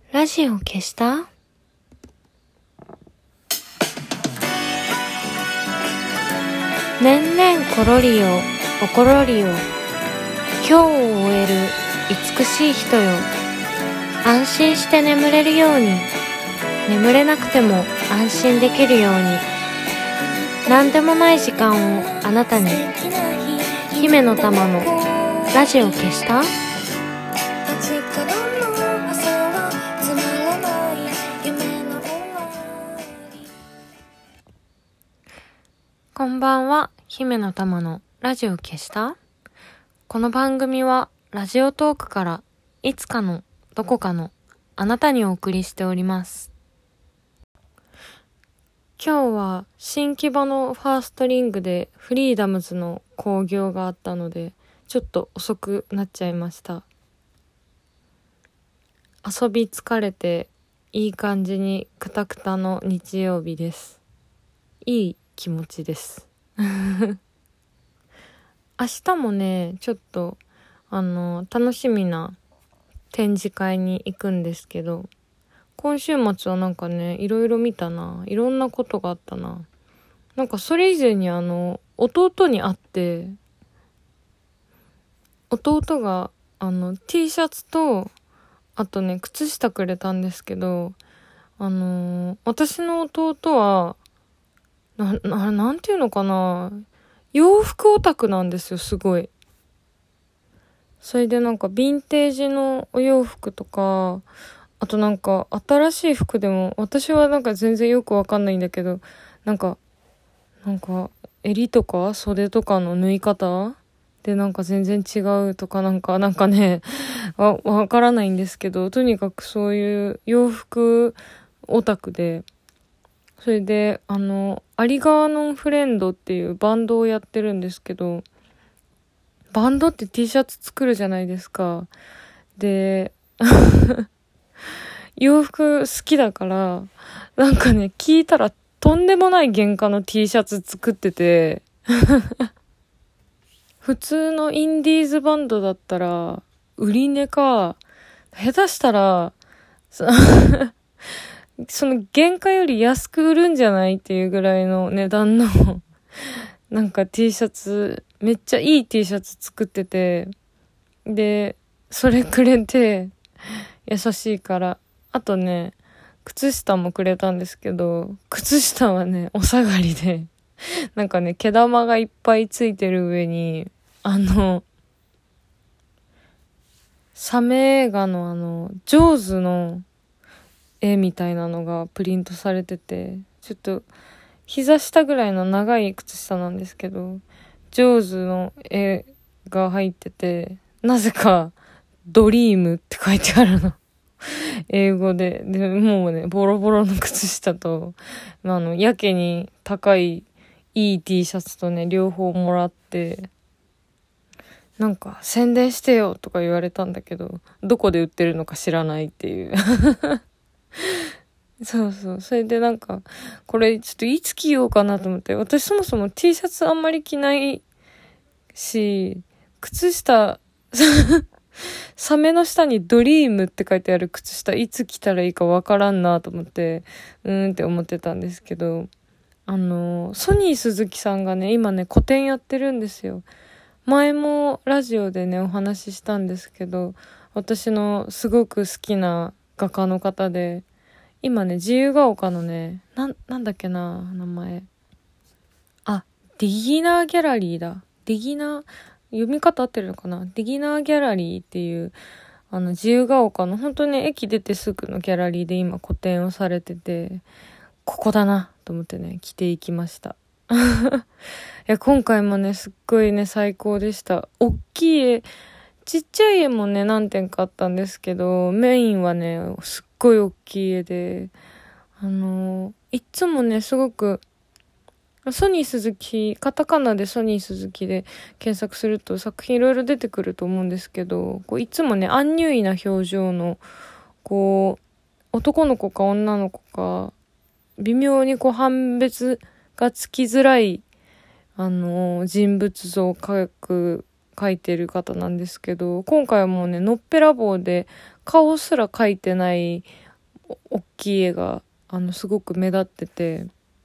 ラジオ消した？ねんねんころりよおころりよ、今日を終える美しい人よ。安心して眠れるように、眠れなくても安心できるように、なんでもない時間をあなたに。姫の玉のラジオ消した？こんばんは。姫の玉のラジオ消した？この番組はラジオトークからいつかのどこかのあなたにお送りしております。今日は新木場のファーストリングでフリーダムズの興行があったのでちょっと遅くなっちゃいました。遊び疲れていい感じにクタクタの日曜日です。いい気持ちです明日もねちょっと楽しみな展示会に行くんですけど、今週末はなんかねいろいろ見たな。いろんなことがあったな。なんかそれ以前に弟に会って、弟がT シャツとあとね靴下くれたんですけど、私の弟はなんていうのかな、洋服オタクなんですよ、すごい。それでなんかヴィンテージのお洋服とか、あとなんか新しい服でも、私はなんか全然よくわかんないんだけど、なんか襟とか袖とかの縫い方でなんか全然違うとかなんかねわからないんですけど、とにかくそういう洋服オタクで、それでアリガーノンフレンドっていうバンドをやってるんですけど、バンドって T シャツ作るじゃないですか。で洋服好きだからなんかね聞いたらとんでもない原価の T シャツ作ってて普通のインディーズバンドだったら売り値か下手したらその原価より安く売るんじゃないっていうぐらいの値段のなんか T シャツ、めっちゃいい T シャツ作ってて、でそれくれて優しいから。あとね靴下もくれたんですけど、靴下はねお下がりでなんかね毛玉がいっぱいついてる上にサメ映画のジョーズの絵みたいなのがプリントされてて、ちょっと膝下ぐらいの長い靴下なんですけど、ジョーズの絵が入ってて、なぜかドリームって書いてあるの英語で。でもうねボロボロの靴下とやけに高いいい T シャツとね両方もらって、なんか宣伝してよとか言われたんだけど、どこで売ってるのか知らないっていうそうそう。それでなんかこれちょっといつ着ようかなと思って、私そもそも T シャツあんまり着ないし、靴下サメの下にドリームって書いてある靴下いつ着たらいいかわからんなと思ってって思ってたんですけど、ソニー鈴木さんがね今ね個展やってるんですよ。前もラジオでねお話ししたんですけど、私のすごく好きな画家の方で、今ね自由が丘のねなんだっけな名前、ディギナーギャラリーだ。ディギナー、読み方合ってるのかな、ディギナーギャラリーっていう自由が丘の本当に駅出てすぐのギャラリーで今個展をされてて、ここだなと思ってね着ていきましたいや今回もねすっごいね最高でした。大きい絵、ちっちゃい絵もね何点かあったんですけど、メインはねすっごい大きい絵で、いつもねすごくソニー鈴木、カタカナでソニー鈴木で検索すると作品いろいろ出てくると思うんですけど、こういつもねアンニュイな表情のこう男の子か女の子か微妙にこう判別がつきづらい人物像を描いてる方なんですけど、今回はもうねのっぺらぼうで顔すら描いてない大きい絵がすごく目立ってて、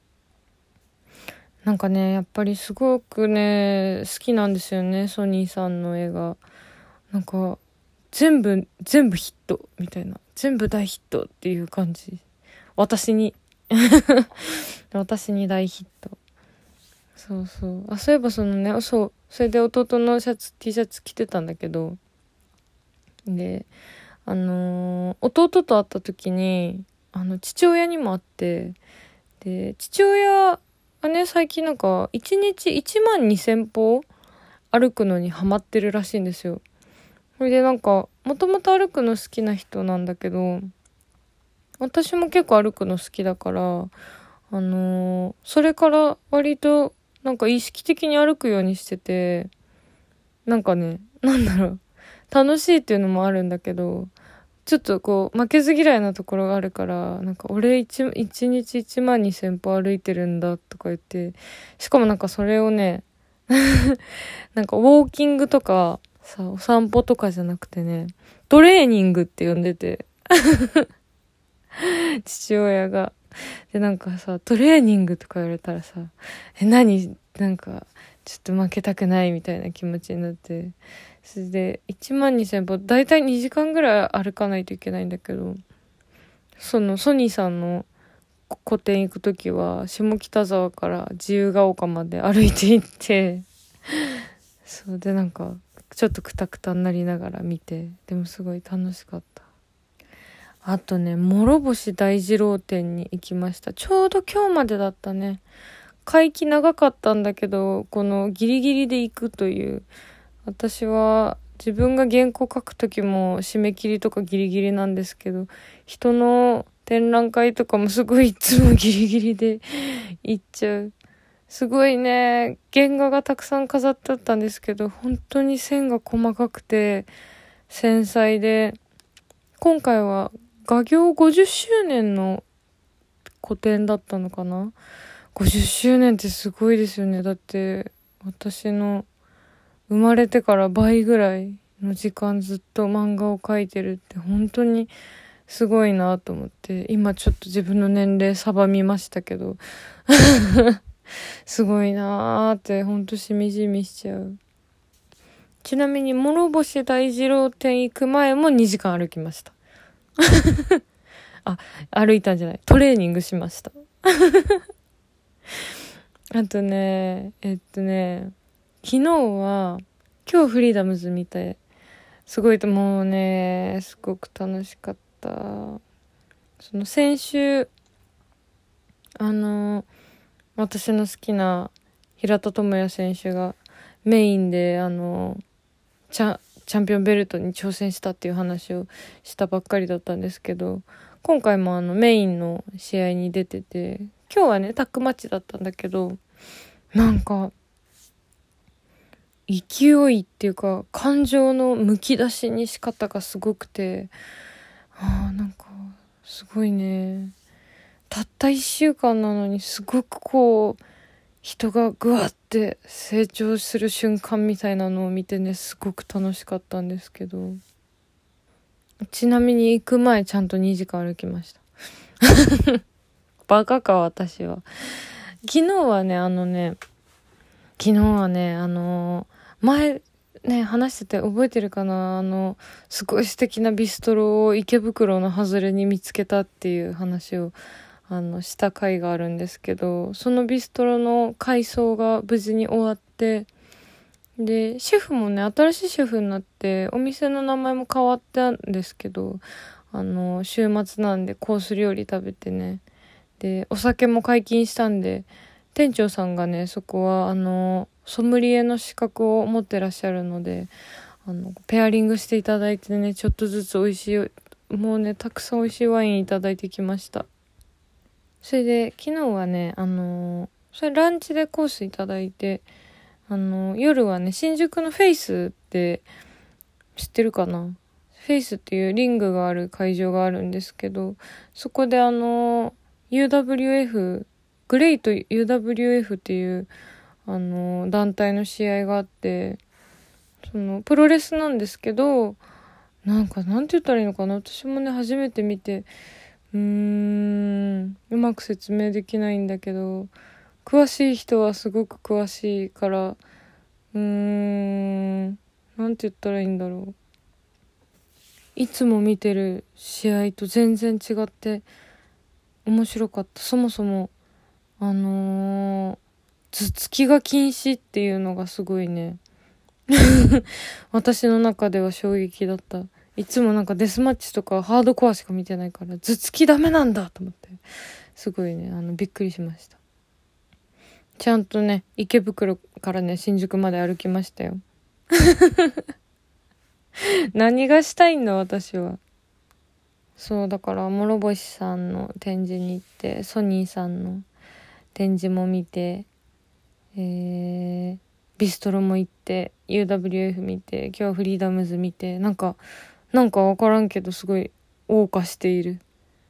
なんかねやっぱりすごくね好きなんですよね、ソニーさんの絵が。なんか全部ヒットみたいな、全部大ヒットっていう感じ。私に私に大ヒット。そうそう。あ、そういえばそれで弟のT シャツ着てたんだけど、で弟と会った時に父親にも会って、で父親がね最近なんか1日12000歩歩くのにハマってるらしいんですよ。それでなんかもともと歩くの好きな人なんだけど、私も結構歩くの好きだから、それから割となんか意識的に歩くようにしてて、なんかね、なんだろう、楽しいっていうのもあるんだけど、ちょっとこう負けず嫌いなところがあるから、なんか俺一日12000歩歩いてるんだとか言って、しかもなんかそれをねなんかウォーキングとかさ、お散歩とかじゃなくてね、トレーニングって呼んでて父親が。でなんかさ、トレーニングとか言われたらさ、何なんかちょっと負けたくないみたいな気持ちになって、それで12000歩だいたい2時間ぐらい歩かないといけないんだけど、そのソニーさんの個展行くときは下北沢から自由が丘まで歩いて行ってそうでなんかちょっとクタクタになりながら見て、でもすごい楽しかった。あとね、諸星大二郎展に行きました。ちょうど今日までだったね。会期長かったんだけど、このギリギリで行くという。私は自分が原稿書くときも締め切りとかギリギリなんですけど、人の展覧会とかもすごいいつもギリギリで行っちゃう。すごいね、原画がたくさん飾ってあったんですけど、本当に線が細かくて繊細で、今回は画業50周年の個展だったのかな。50周年ってすごいですよね。だって私の生まれてから倍ぐらいの時間ずっと漫画を描いてるって本当にすごいなと思って、今ちょっと自分の年齢サバ見ましたけどすごいなーって本当しみじみしちゃう。ちなみに諸星大二郎店行く前も2時間歩きましたあ、歩いたんじゃない、トレーニングしましたあとね、昨日は、今日フリーダムズ見て、すごいともうね、すごく楽しかった。その先週、私の好きな平田智也選手がメインで、チャンピオンベルトに挑戦したっていう話をしたばっかりだったんですけど、今回もメインの試合に出てて、今日はねタッグマッチだったんだけど、なんか勢いっていうか感情のむき出しに仕方がすごくて、なんかすごいね、たった1週間なのにすごくこう人がぐわって成長する瞬間みたいなのを見てね、すごく楽しかったんですけど、ちなみに行く前ちゃんと2時間歩きましたバカか私は。昨日はね前ね話してて覚えてるかな、すごい素敵なビストロを池袋の外れに見つけたっていう話をした回があるんですけど、そのビストロの改装が無事に終わって、でシェフもね新しいシェフになってお店の名前も変わったんですけど、週末なんでコース料理食べてね、でお酒も解禁したんで、店長さんがねそこはソムリエの資格を持ってらっしゃるので、ペアリングしていただいてね、ちょっとずつ美味しい、もうねたくさん美味しいワインいただいてきました。それで昨日はねそれランチでコースいただいて、夜はね新宿のフェイスって知ってるかな、フェイスっていうリングがある会場があるんですけど、そこでUWF グレイト UWF っていう団体の試合があって、そのプロレスなんですけど、 なんかなんて言ったらいいのかな、私もね初めて見てうまく説明できないんだけど、詳しい人はすごく詳しいからなんて言ったらいいんだろう、いつも見てる試合と全然違って面白かった。そもそも頭突きが禁止っていうのがすごいね私の中では衝撃だった。いつもなんかデスマッチとかハードコアしか見てないから頭突きダメなんだと思って、すごいねびっくりしました。ちゃんとね池袋からね新宿まで歩きましたよ何がしたいんだ私は。そうだから諸星さんの展示に行って、ソニーさんの展示も見て、ビストロも行って、 UWF 見て、今日はフリーダムズ見て、なんかわからんけどすごい謳歌している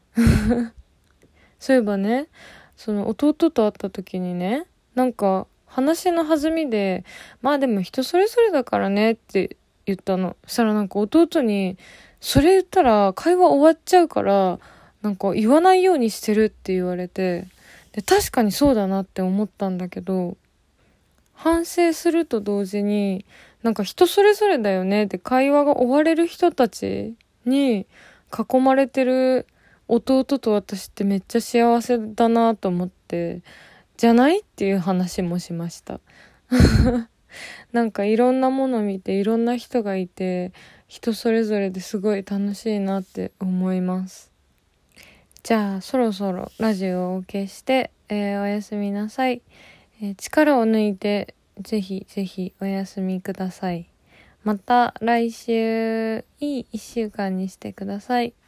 そういえばね、その弟と会った時にね、なんか話の弾みで、まあでも人それぞれだからねって言ったの。そしたらなんか弟に、それ言ったら会話終わっちゃうからなんか言わないようにしてるって言われて、で確かにそうだなって思ったんだけど、反省すると同時になんか人それぞれだよねって、会話が終われる人たちに囲まれてる弟と私ってめっちゃ幸せだなと思って、じゃないっていう話もしましたなんかいろんなもの見ていろんな人がいて、人それぞれですごい楽しいなって思います。じゃあそろそろラジオを消して、おやすみなさい。力を抜いてぜひぜひおやすみください。また来週いい一週間にしてください。